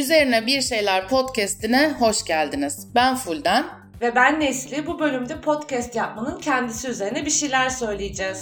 Üzerine Bir Şeyler Podcast'ine hoş geldiniz. Ben Fulden. Ve ben Nesli. Bu bölümde podcast yapmanın kendisi üzerine bir şeyler söyleyeceğiz.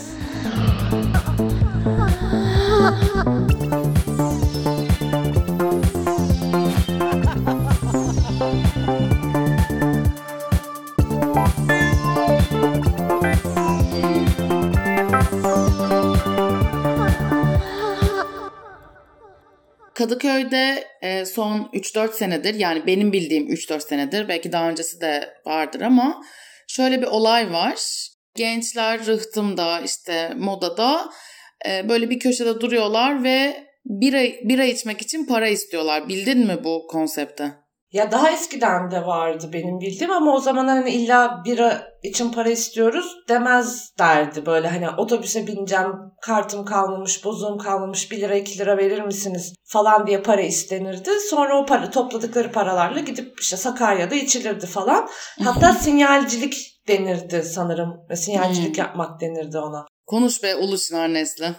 Kadıköy'de son 3-4 senedir, yani benim bildiğim 3-4 senedir, belki daha öncesi de vardır ama şöyle bir olay var. Gençler rıhtımda, işte modada böyle bir köşede duruyorlar ve bira içmek için para istiyorlar. Bildin mi bu konsepti? Ya daha eskiden de vardı benim bildiğim ama o zaman hani illa bira için para istiyoruz demezlerdi. Böyle hani otobüse bineceğim, kartım kalmamış, bozuğum kalmamış, 1 lira 2 lira verir misiniz falan diye para istenirdi. Sonra o para, topladıkları paralarla gidip işte Sakarya'da içilirdi falan. Hatta sinyalcilik denirdi sanırım. Sinyalcilik yapmak denirdi ona. Konuş be ulu çınar Nesli.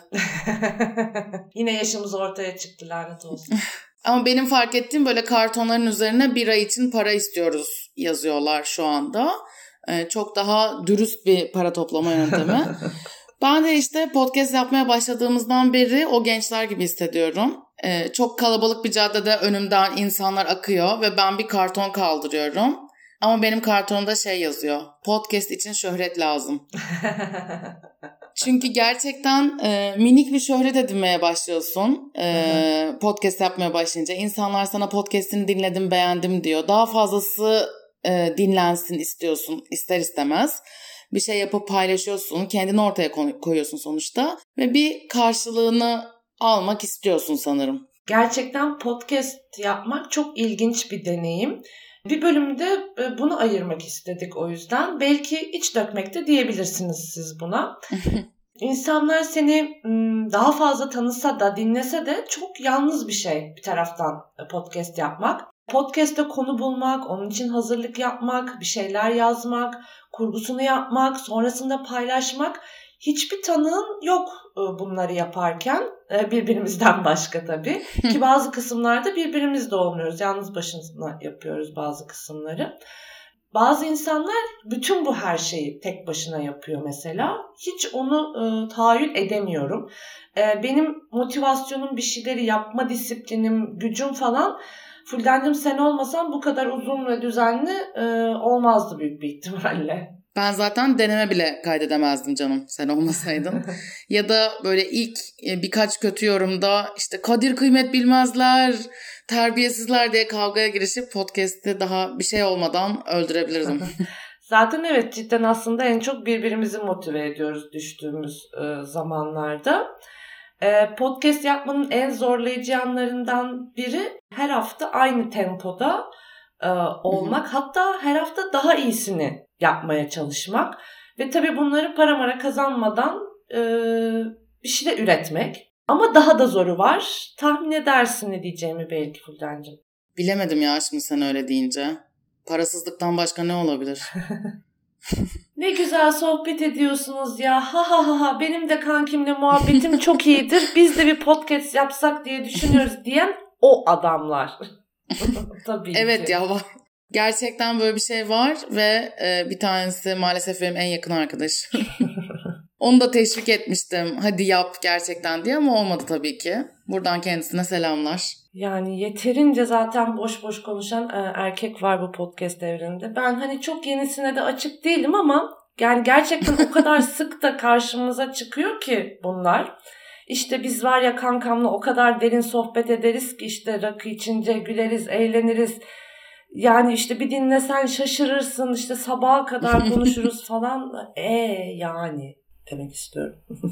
Yine yaşımız ortaya çıktı, lanet olsun. Ama benim fark ettiğim böyle kartonların üzerine bira için para istiyoruz yazıyorlar şu anda. Çok daha dürüst bir para toplama yöntemi. Ben de işte podcast yapmaya başladığımızdan beri o gençler gibi hissediyorum. Çok kalabalık bir caddede önümden insanlar akıyor ve ben bir karton kaldırıyorum. Ama benim kartonumda şey yazıyor: podcast için şöhret lazım. Çünkü gerçekten minik bir şöhret edinmeye başlıyorsun. Podcast yapmaya başlayınca insanlar sana podcast'ini dinledim, beğendim diyor. Daha fazlası dinlensin istiyorsun ister istemez. Bir şey yapıp paylaşıyorsun, kendini ortaya koyuyorsun sonuçta ve bir karşılığını almak istiyorsun sanırım. Gerçekten podcast yapmak çok ilginç bir deneyim. Bir bölümde bunu ayırmak istedik o yüzden. Belki iç dökmek de diyebilirsiniz siz buna. İnsanlar seni daha fazla tanısa da dinlese de çok yalnız bir şey bir taraftan podcast yapmak. Podcast'te konu bulmak, onun için hazırlık yapmak, bir şeyler yazmak, kurgusunu yapmak, sonrasında paylaşmak. Hiçbir tanığın yok bunları yaparken, birbirimizden başka tabii. Ki bazı kısımlarda birbirimizde olmuyoruz. Yalnız başına yapıyoruz bazı kısımları. Bazı insanlar bütün bu her şeyi tek başına yapıyor mesela. Hiç onu tahayyül edemiyorum. Benim motivasyonum, bir şeyleri yapma disiplinim, gücüm falan, Fulden'cim sen olmasan bu kadar uzun ve düzenli olmazdı büyük bir ihtimalle. Ben zaten deneme bile kaydedemezdim canım sen olmasaydın. Ya da böyle ilk birkaç kötü yorumda işte kadir kıymet bilmezler, terbiyesizler diye kavgaya girişip podcast'te daha bir şey olmadan öldürebilirdim. Zaten evet, cidden aslında en çok birbirimizi motive ediyoruz düştüğümüz zamanlarda. Podcast yapmanın en zorlayıcı yanlarından biri her hafta aynı tempoda olmak. Hatta her hafta daha iyisini yapmaya çalışmak. Ve tabii bunları para mara kazanmadan bir şey de üretmek. Ama daha da zoru var. Tahmin edersin ne diyeceğimi belki Fulden'cim. Bilemedim ya şimdi sen öyle deyince. Parasızlıktan başka ne olabilir? Ne güzel sohbet ediyorsunuz ya. Ha ha ha ha. Benim de kankimle muhabbetim çok iyidir. Biz de bir podcast yapsak diye düşünüyoruz diyen o adamlar. Tabii evet ki. Ya gerçekten böyle bir şey var ve bir tanesi maalesef benim en yakın arkadaşım. Onu da teşvik etmiştim. Hadi yap gerçekten diye ama olmadı tabii ki. Buradan kendisine selamlar. Yani yeterince zaten boş boş konuşan erkek var bu podcast evreninde. Ben hani çok yenisine de açık değilim ama yani gerçekten o kadar sık da karşımıza çıkıyor ki bunlar. İşte biz var ya kankamla o kadar derin sohbet ederiz ki işte rakı içince güleriz, eğleniriz. Yani işte bir dinlesen şaşırırsın, işte sabaha kadar konuşuruz falan. Yani demek istiyorum.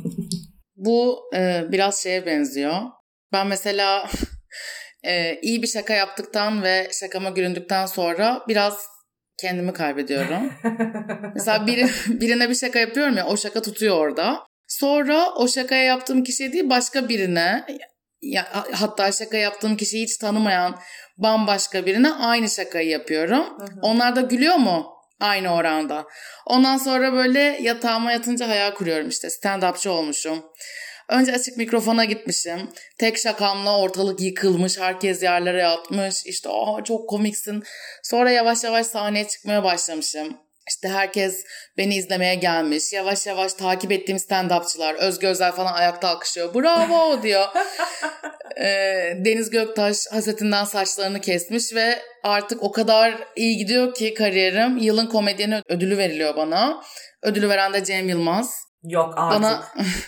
Bu biraz şeye benziyor. Ben mesela iyi bir şaka yaptıktan ve şakama gülündükten sonra biraz kendimi kaybediyorum. Mesela birine bir şaka yapıyorum ya, o şaka tutuyor orada. Sonra o şakaya yaptığım kişiye değil başka birine, hatta şaka yaptığım kişiyi hiç tanımayan bambaşka birine aynı şakayı yapıyorum. Onlar da gülüyor mu? Aynı oranda. Ondan sonra böyle yatağıma yatınca hayal kuruyorum, işte stand-upçı olmuşum. Önce açık mikrofona gitmişim. Tek şakamla ortalık yıkılmış. Herkes yerlere yatmış. İşte çok komiksin. Sonra yavaş yavaş sahneye çıkmaya başlamışım. İşte herkes beni izlemeye gelmiş. Yavaş yavaş takip ettiğim stand-upçılar, Özge Özel falan ayakta alkışlıyor. Bravo diyor. Deniz Göktaş hasetinden saçlarını kesmiş ve artık o kadar iyi gidiyor ki kariyerim. Yılın komedyeni ödülü veriliyor bana. Ödülü veren de Cem Yılmaz. Yok artık.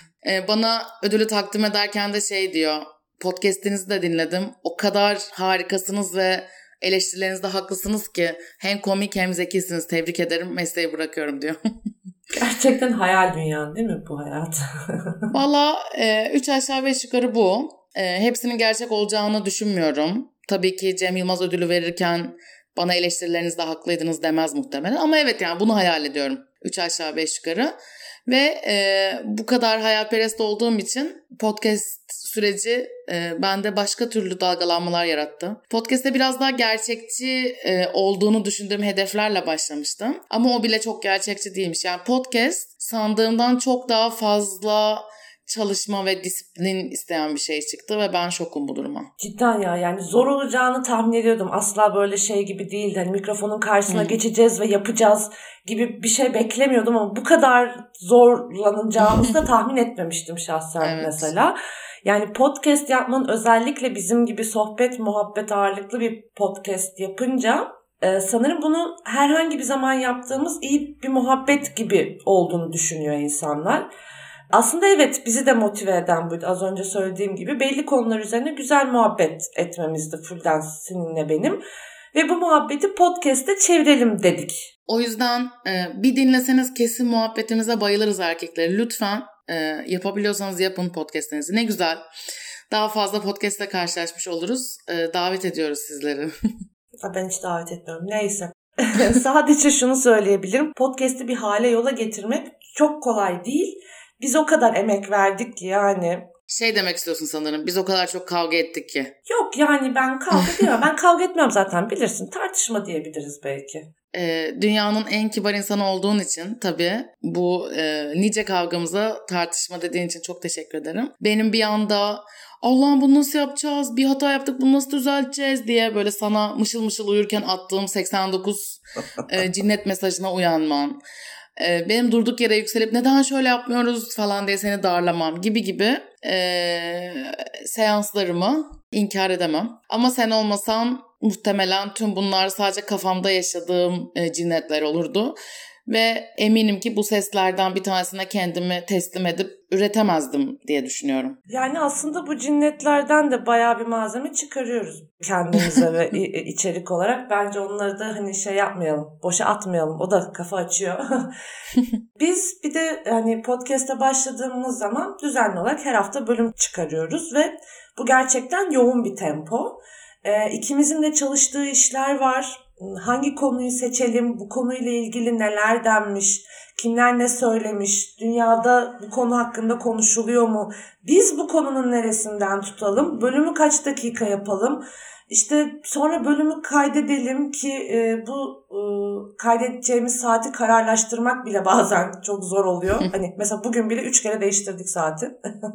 Bana ödülü takdim ederken de şey diyor. Podcast'inizi de dinledim. O kadar harikasınız ve eleştirilerinizde haklısınız ki hem komik hem zekisiniz. Tebrik ederim. Mesleği bırakıyorum diyor. Gerçekten hayal dünyan değil mi bu hayat? Valla 3 aşağı 5 yukarı bu. Hepsinin gerçek olacağını düşünmüyorum. Tabii ki Cem Yılmaz ödülü verirken bana eleştirilerinizde haklıydınız demez muhtemelen. Ama evet yani bunu hayal ediyorum. 3 aşağı 5 yukarı. Ve bu kadar hayalperest olduğum için podcast süreci bende başka türlü dalgalanmalar yarattı. Podcast'te biraz daha gerçekçi olduğunu düşündüğüm hedeflerle başlamıştım. Ama o bile çok gerçekçi değilmiş. Yani podcast sandığımdan çok daha fazla çalışma ve disiplin isteyen bir şey çıktı ve ben şokum bu duruma. Cidden ya, yani zor olacağını tahmin ediyordum. Asla böyle şey gibi değildi. Hani mikrofonun karşısına geçeceğiz ve yapacağız gibi bir şey beklemiyordum ama bu kadar zorlanacağımızı da tahmin etmemiştim şahsen mesela. Yani podcast yapmanın, özellikle bizim gibi sohbet muhabbet ağırlıklı bir podcast yapınca sanırım bunu herhangi bir zaman yaptığımız iyi bir muhabbet gibi olduğunu düşünüyor insanlar. Aslında evet, bizi de motive eden buydu. Az önce söylediğim gibi belli konular üzerine güzel muhabbet etmemizdi Fulden, seninle benim. Ve bu muhabbeti podcast'te çevirelim dedik. O yüzden bir dinleseniz kesin muhabbetimize bayılırız erkekleri. Lütfen yapabiliyorsanız yapın podcast'inizi. Ne güzel. Daha fazla podcast'le karşılaşmış oluruz. Davet ediyoruz sizleri. Ben hiç davet etmiyorum. Neyse. Sadece şunu söyleyebilirim. Podcast'i bir hale yola getirmek çok kolay değil. Biz o kadar emek verdik ki yani. Şey demek istiyorsun sanırım. Biz o kadar çok kavga ettik ki. Yok yani ben kavga edemem. Ben kavga etmem zaten, bilirsin. Tartışma diyebiliriz belki. Dünyanın en kibar insanı olduğun için tabii bu nice kavgamıza tartışma dediğin için çok teşekkür ederim. Benim bir anda Allah'ım bunu nasıl yapacağız? Bir hata yaptık, bunu nasıl düzelteceğiz diye böyle sana mışıl mışıl uyurken attığım 89 cinnet mesajına uyanman. Benim durduk yere yükselip neden şöyle yapmıyoruz falan diye seni darlamam gibi seanslarımı inkar edemem. Ama sen olmasan muhtemelen tüm bunlar sadece kafamda yaşadığım cinnetler olurdu. Ve eminim ki bu seslerden bir tanesine kendimi teslim edip üretemezdim diye düşünüyorum. Yani aslında bu cinnetlerden de bayağı bir malzeme çıkarıyoruz kendimize ve içerik olarak. Bence onları da hani şey yapmayalım, boşa atmayalım. O da kafa açıyor. Biz bir de hani podcast'a başladığımız zaman düzenli olarak her hafta bölüm çıkarıyoruz ve bu gerçekten yoğun bir tempo. İkimizin de çalıştığı işler var. Hangi konuyu seçelim, bu konuyla ilgili neler denmiş, kimler ne söylemiş, dünyada bu konu hakkında konuşuluyor mu, biz bu konunun neresinden tutalım, bölümü kaç dakika yapalım, işte sonra bölümü kaydedelim ki bu kaydedeceğimiz saati kararlaştırmak bile bazen çok zor oluyor. Hani mesela bugün bile 3 kere değiştirdik saati.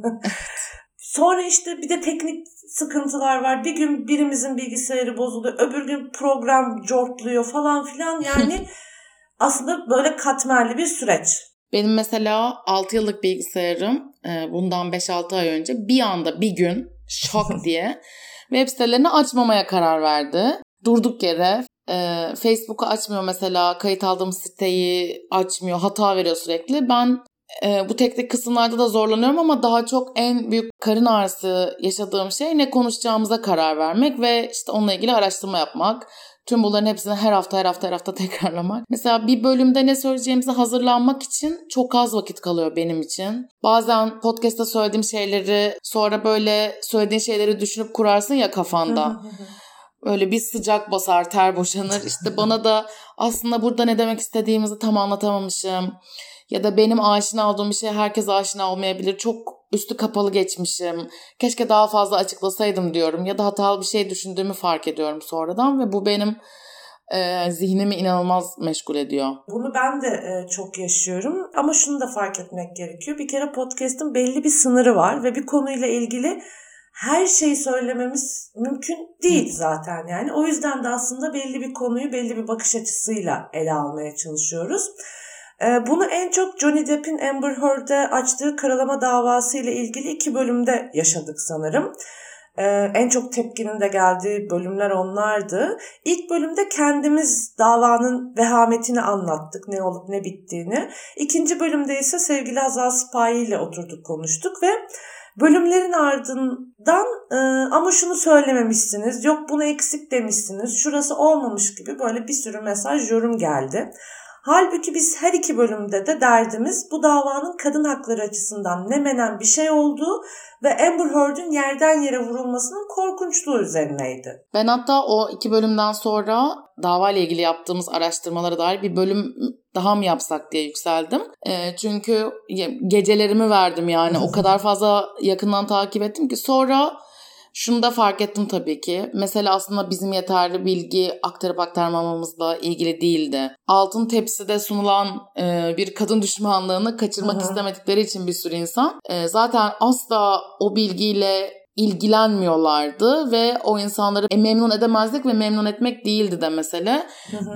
Sonra işte bir de teknik sıkıntılar var. Bir gün birimizin bilgisayarı bozuluyor. Öbür gün program cortluyor falan filan. Yani aslında böyle katmerli bir süreç. Benim mesela 6 yıllık bilgisayarım bundan 5-6 ay önce bir anda bir gün şok diye web sitelerini açmamaya karar verdi. Durduk yere Facebook'u açmıyor mesela. Kayıt aldığım siteyi açmıyor. Hata veriyor sürekli. Ben bu teknik kısımlarda da zorlanıyorum ama daha çok en büyük karın ağrısı yaşadığım şey ne konuşacağımıza karar vermek ve işte onunla ilgili araştırma yapmak. Tüm bunların hepsini her hafta tekrarlamak. Mesela bir bölümde ne söyleyeceğimize hazırlanmak için çok az vakit kalıyor benim için. Bazen podcast'ta söylediğim şeyleri sonra böyle söylediğin şeyleri düşünüp kurarsın ya kafanda. Öyle bir sıcak basar, ter boşanır. İşte bana da aslında burada ne demek istediğimizi tam anlatamamışım. Ya da benim aşina olduğum bir şey herkes aşina olmayabilir. Çok üstü kapalı geçmişim. Keşke daha fazla açıklasaydım diyorum. Ya da hatalı bir şey düşündüğümü fark ediyorum sonradan. Ve bu benim zihnimi inanılmaz meşgul ediyor. Bunu ben de çok yaşıyorum ama şunu da fark etmek gerekiyor. Bir kere podcast'ın belli bir sınırı var ve bir konuyla ilgili her şeyi söylememiz mümkün değil zaten yani. O yüzden de aslında belli bir konuyu belli bir bakış açısıyla ele almaya çalışıyoruz. Bunu en çok Johnny Depp'in Amber Heard'e açtığı karalama davası ile ilgili 2 bölümde yaşadık sanırım. En çok tepkinin de geldiği bölümler onlardı. İlk bölümde kendimiz davanın vehametini anlattık, ne olup ne bittiğini. İkinci bölümde ise sevgili Hazal Sipahi ile oturduk konuştuk ve bölümlerin ardından ama şunu söylememişsiniz, yok bunu eksik demişsiniz, şurası olmamış gibi böyle bir sürü mesaj, yorum geldi. Halbuki biz her 2 bölümde de derdimiz bu davanın kadın hakları açısından ne menen bir şey olduğu ve Amber Heard'ün yerden yere vurulmasının korkunçluğu üzerineydi. Ben hatta o 2 bölümden sonra davayla ilgili yaptığımız araştırmalara dair bir bölüm daha mı yapsak diye yükseldim. Çünkü gecelerimi verdim yani o kadar fazla yakından takip ettim ki sonra şunu da fark ettim tabii ki. Mesela aslında bizim yeterli bilgi aktarıp aktarmamamızla ilgili değildi. Altın tepside sunulan bir kadın düşmanlığını kaçırmak istemedikleri için bir sürü insan zaten asla o bilgiyle ilgilenmiyorlardı ve o insanları memnun edemezdik ve memnun etmek değildi de mesele.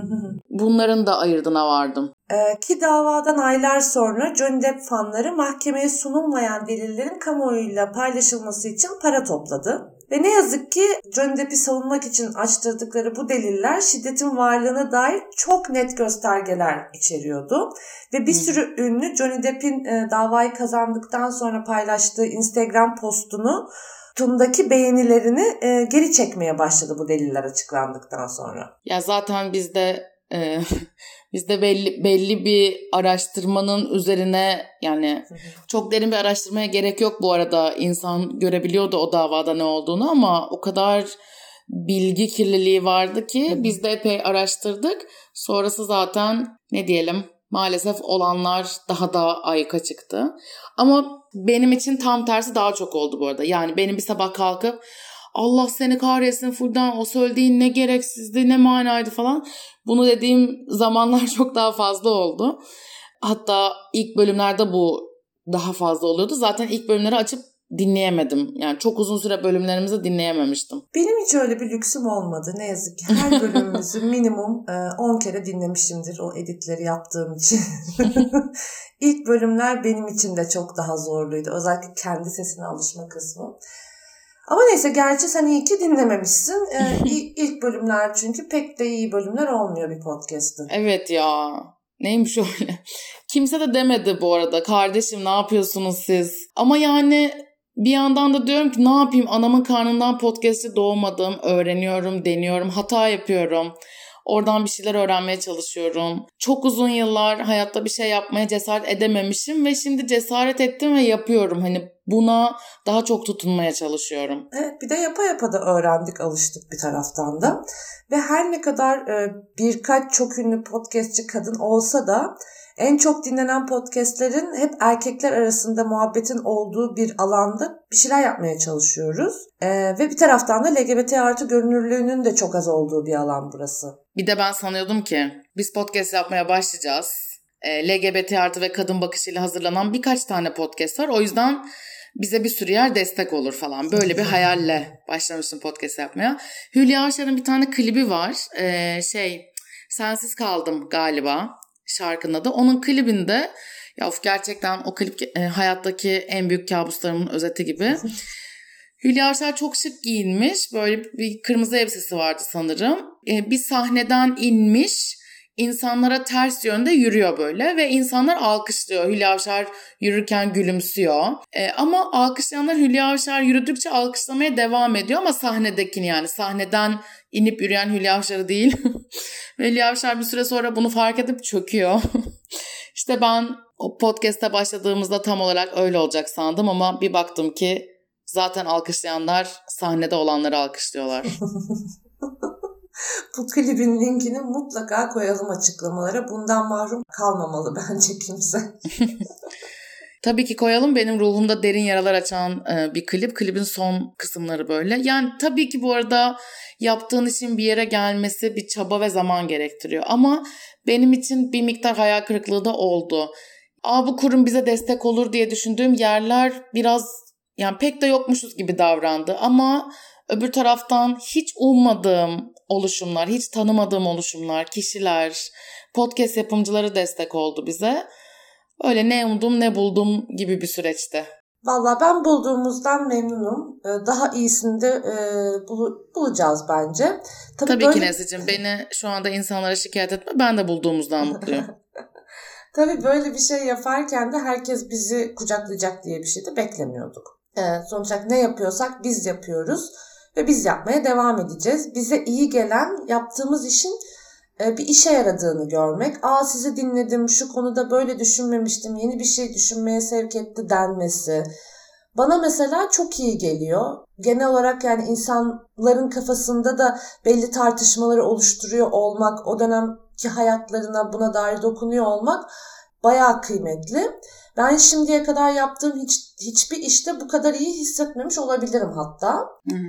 Bunların da ayırdına vardım. Ki davadan aylar sonra Johnny Depp fanları mahkemeye sunulmayan delillerin kamuoyuyla paylaşılması için para topladı. Ve ne yazık ki Johnny Depp'i savunmak için açtırdıkları bu deliller şiddetin varlığına dair çok net göstergeler içeriyordu. Ve bir sürü ünlü Johnny Depp'in davayı kazandıktan sonra paylaştığı Instagram postunu Tun'daki beğenilerini geri çekmeye başladı bu deliller açıklandıktan sonra. Ya zaten bizde belli bir araştırmanın üzerine yani çok derin bir araştırmaya gerek yok bu arada. İnsan görebiliyordu o davada ne olduğunu ama o kadar bilgi kirliliği vardı ki biz de epey araştırdık. Sonrası zaten ne diyelim maalesef olanlar daha da ayyuka çıktı. Ama benim için tam tersi daha çok oldu bu arada. Yani benim bir sabah kalkıp Allah seni kahretsin Fulden o söylediğin ne gereksizdi ne manaydı falan. Bunu dediğim zamanlar çok daha fazla oldu. Hatta ilk bölümlerde bu daha fazla oluyordu. Zaten ilk bölümleri açıp dinleyemedim. Yani çok uzun süre bölümlerimizi dinleyememiştim. Benim hiç öyle bir lüksüm olmadı ne yazık ki. Her bölümümüzü minimum 10 kere dinlemişimdir o editleri yaptığım için. İlk bölümler benim için de çok daha zorluydu. Özellikle kendi sesine alışma kısmı. Ama neyse gerçi sen iyi ki dinlememişsin. İlk bölümler çünkü pek de iyi bölümler olmuyor bir podcast'ın. Evet ya. Neymiş öyle? Kimse de demedi bu arada. Kardeşim ne yapıyorsunuz siz? Ama yani bir yandan da diyorum ki ne yapayım? Anamın karnından podcast'e doğmadım. Öğreniyorum, deniyorum, hata yapıyorum. Oradan bir şeyler öğrenmeye çalışıyorum. Çok uzun yıllar hayatta bir şey yapmaya cesaret edememişim ve şimdi cesaret ettim ve yapıyorum. Hani buna daha çok tutunmaya çalışıyorum. Evet, bir de yapa yapa da öğrendik, alıştık bir taraftan da. Ve her ne kadar birkaç çok ünlü podcastçi kadın olsa da en çok dinlenen podcastlerin hep erkekler arasında muhabbetin olduğu bir alanda bir şeyler yapmaya çalışıyoruz. Ve bir taraftan da LGBT artı görünürlüğünün de çok az olduğu bir alan burası. Bir de ben sanıyordum ki biz podcast yapmaya başlayacağız. LGBT artı ve kadın bakışıyla hazırlanan birkaç tane podcast var. O yüzden bize bir sürü yer destek olur falan. Böyle bir hayalle başlamıştım podcast yapmaya. Hülya Avşar'ın bir tane klibi var. Sensiz Kaldım galiba şarkının adı. Onun klibinde ya gerçekten o klip hayattaki en büyük kabuslarımın özeti gibi. Hülya Avşar çok şık giyinmiş. Böyle bir kırmızı elbisesi vardı sanırım. Bir sahneden inmiş. İnsanlara ters yönde yürüyor böyle ve insanlar alkışlıyor. Hülya Avşar yürürken gülümsüyor. Ama alkışlayanlar Hülya Avşar yürüdükçe alkışlamaya devam ediyor ama sahnedekini yani sahneden inip yürüyen Hülya Avşar'ı değil. Ve Hülya Avşar bir süre sonra bunu fark edip çöküyor. İşte ben o podcast'e başladığımızda tam olarak öyle olacak sandım ama bir baktım ki zaten alkışlayanlar sahnede olanları alkışlıyorlar. Bu klibin linkini mutlaka koyalım açıklamalara. Bundan mahrum kalmamalı bence kimse. Tabii ki koyalım. Benim ruhumda derin yaralar açan bir klip. Klibin son kısımları böyle. Yani tabii ki bu arada yaptığın işin bir yere gelmesi bir çaba ve zaman gerektiriyor. Ama benim için bir miktar hayal kırıklığı da oldu. Bu kurum bize destek olur diye düşündüğüm yerler biraz yani pek de yokmuşuz gibi davrandı. Ama öbür taraftan hiç ummadığım oluşumlar, hiç tanımadığım oluşumlar, kişiler, podcast yapımcıları destek oldu bize. Öyle ne umdum ne buldum gibi bir süreçti. Valla ben bulduğumuzdan memnunum. Daha iyisini de bulacağız bence. Tabii ki Nesli'cim, beni şu anda insanlara şikayet etme. Ben de bulduğumuzdan mutluyum. Tabii böyle bir şey yaparken de herkes bizi kucaklayacak diye bir şey de beklemiyorduk. Sonuç olarak ne yapıyorsak biz yapıyoruz ve biz yapmaya devam edeceğiz. Bize iyi gelen yaptığımız işin bir işe yaradığını görmek. Sizi dinledim, şu konuda böyle düşünmemiştim, yeni bir şey düşünmeye sevk etti denmesi. Bana mesela çok iyi geliyor. Genel olarak yani insanların kafasında da belli tartışmaları oluşturuyor olmak, o dönemki hayatlarına buna dair dokunuyor olmak bayağı kıymetli. Ben şimdiye kadar yaptığım hiçbir işte bu kadar iyi hissetmemiş olabilirim hatta.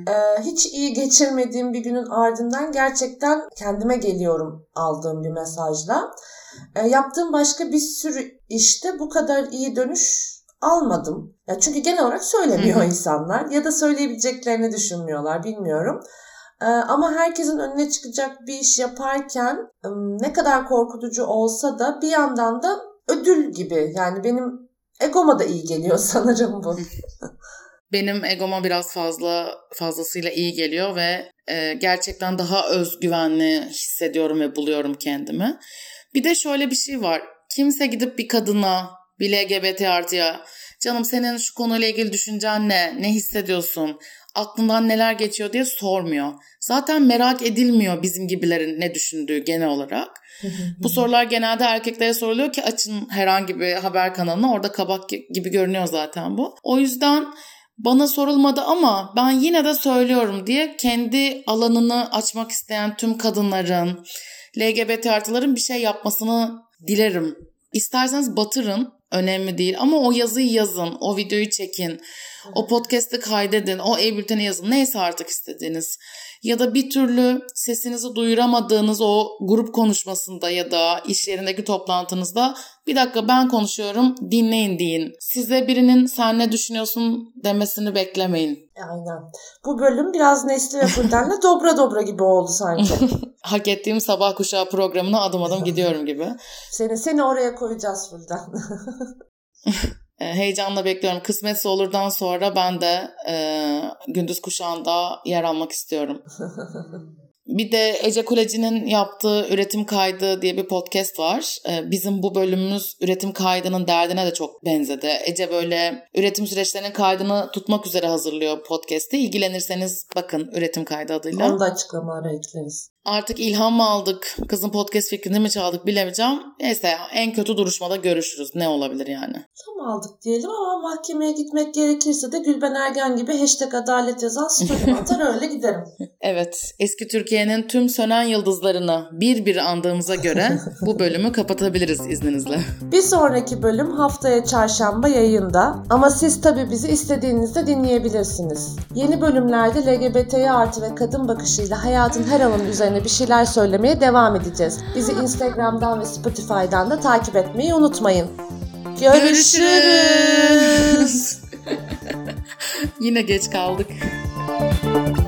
Hiç iyi geçirmediğim bir günün ardından gerçekten kendime geliyorum aldığım bir mesajla. Yaptığım başka bir sürü işte bu kadar iyi dönüş almadım. Ya çünkü genel olarak söylemiyor insanlar ya da söyleyebileceklerini düşünmüyorlar, bilmiyorum. Ama herkesin önüne çıkacak bir iş yaparken ne kadar korkutucu olsa da bir yandan da ödül gibi. Yani benim egoma da iyi geliyor sanırım bu. Benim egoma biraz fazlasıyla iyi geliyor ve gerçekten daha özgüvenli hissediyorum ve buluyorum kendimi. Bir de şöyle bir şey var. Kimse gidip bir kadına, bir LGBT artıya canım senin şu konuyla ilgili düşüncen ne hissediyorsun, aklından neler geçiyor diye sormuyor. Zaten merak edilmiyor bizim gibilerin ne düşündüğü genel olarak. Bu sorular genelde erkeklere soruluyor ki açın herhangi bir haber kanalına, orada kabak gibi görünüyor zaten bu. O yüzden bana sorulmadı ama ben yine de söylüyorum diye kendi alanını açmak isteyen tüm kadınların, LGBT artıların bir şey yapmasını dilerim. İsterseniz batırın, önemli değil ama o yazıyı yazın, o videoyu çekin, o podcast'ı kaydedin, o e-bülteni yazın, neyse artık istediğiniz. Ya da bir türlü sesinizi duyuramadığınız o grup konuşmasında ya da iş yerindeki toplantınızda bir dakika ben konuşuyorum dinleyin deyin. Size birinin sen ne düşünüyorsun demesini beklemeyin. Aynen. Bu bölüm biraz Nesli ve Fulden'le dobra dobra gibi oldu sanki. Hak ettiğim sabah kuşağı programına adım adım gidiyorum gibi. Seni oraya koyacağız Fulden. Heyecanla bekliyorum. Kısmetse olurdan sonra ben de gündüz kuşağında yer almak istiyorum. Bir de Ece Kuleci'nin yaptığı Üretim Kaydı diye bir podcast var. Bizim bu bölümümüz üretim kaydının derdine de çok benzedi. Ece böyle üretim süreçlerinin kaydını tutmak üzere hazırlıyor podcast'i. İlgilenirseniz bakın Üretim Kaydı adıyla. Onu da açıklamalara ekleriz. Artık ilham mı aldık, kızın podcast fikrini mi çaldık bilemeyeceğim. Neyse en kötü duruşmada görüşürüz. Ne olabilir yani? Tam aldık diyelim ama mahkemeye gitmek gerekirse de Gülben Ergen gibi #adalet yazan story atar öyle giderim. Evet, eski Türkiye'nin tüm sönen yıldızlarını bir andığımıza göre bu bölümü kapatabiliriz izninizle. Bir sonraki bölüm haftaya çarşamba yayında ama siz tabii bizi istediğinizde dinleyebilirsiniz. Yeni bölümlerde LGBTİ artı ve kadın bakışıyla hayatın her alanı üzerine bir şeyler söylemeye devam edeceğiz. Bizi Instagram'dan ve Spotify'dan da takip etmeyi unutmayın. Görüşürüz. Yine geç kaldık.